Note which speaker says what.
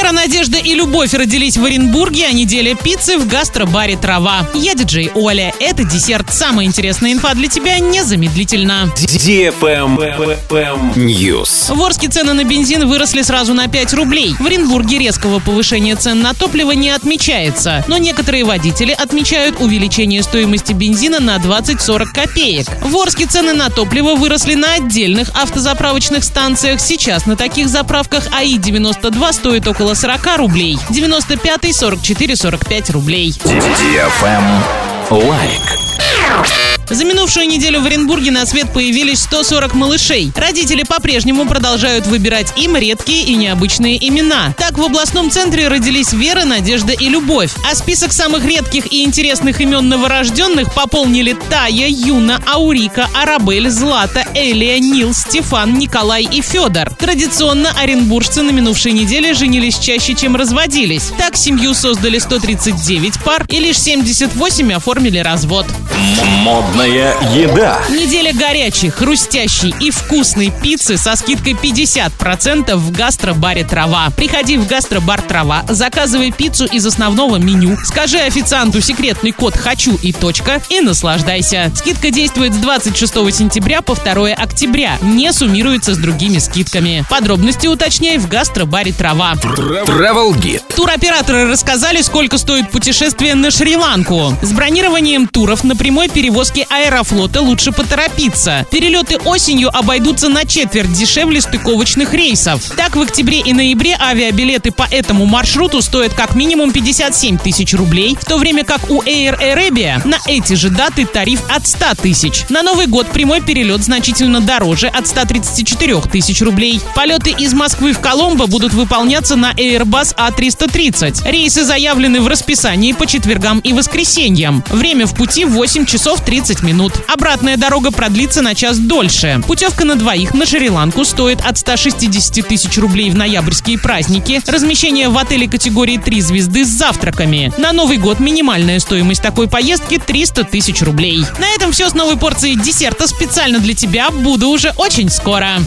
Speaker 1: Вера, Надежда и Любовь родились в Оренбурге, а неделя пиццы в гастробаре «Трава». Я диджей Оля. Это десерт. Самая интересная инфа для тебя незамедлительно.
Speaker 2: News.
Speaker 1: В Орске цены на бензин выросли сразу на 5 рублей. В Оренбурге резкого повышения цен на топливо не отмечается. Но некоторые водители отмечают увеличение стоимости бензина на 20-40 копеек. В Орске цены на топливо выросли на отдельных автозаправочных станциях. Сейчас на таких заправках АИ-92 стоит около 40 рублей. 95-й 44-45 рублей.
Speaker 2: Лайк.
Speaker 1: За минувшую неделю в Оренбурге на свет появились 140 малышей. Родители по-прежнему продолжают выбирать им редкие и необычные имена. Так в областном центре родились Вера, Надежда и Любовь. А список самых редких и интересных имен новорожденных пополнили Тая, Юна, Аурика, Арабель, Злата, Элия, Нил, Стефан, Николай и Федор. Традиционно оренбуржцы на минувшей неделе женились чаще, чем разводились. Так семью создали 139 пар и лишь 78 оформили развод.
Speaker 2: Модная еда.
Speaker 1: Неделя горячей, хрустящей и вкусной пиццы со скидкой 50% в гастробаре «Трава». Приходи в гастробар «Трава», заказывай пиццу из основного меню, скажи официанту секретный код «Хочу» и точка и наслаждайся. Скидка действует с 26 сентября по 2 октября. Не суммируется с другими скидками. Подробности уточняй в гастробаре «Трава».
Speaker 2: Travel Guide.
Speaker 1: Туроператоры рассказали, сколько стоит путешествие на Шри-Ланку. С бронированием туров на прямой перевозке Аэрофлота лучше поторопиться. Перелеты осенью обойдутся на четверть дешевле стыковочных рейсов. Так, в октябре и ноябре авиабилеты по этому маршруту стоят как минимум 57 тысяч рублей, в то время как у Air Arabia на эти же даты тариф от 100 тысяч. На Новый год прямой перелет значительно дороже, от 134 тысяч рублей. Полеты из Москвы в Коломбо будут выполняться на Airbus A330. Рейсы заявлены в расписании по четвергам и воскресеньям. Время в пути 8 часов 30 минут. Обратная дорога продлится на час дольше. Путевка на двоих на Шри-Ланку стоит от 160 тысяч рублей в ноябрьские праздники. Размещение в отеле категории 3 звезды с завтраками. На Новый год минимальная стоимость такой поездки 300 тысяч рублей. На этом все с новой порцией десерта специально для тебя. Буду уже очень скоро.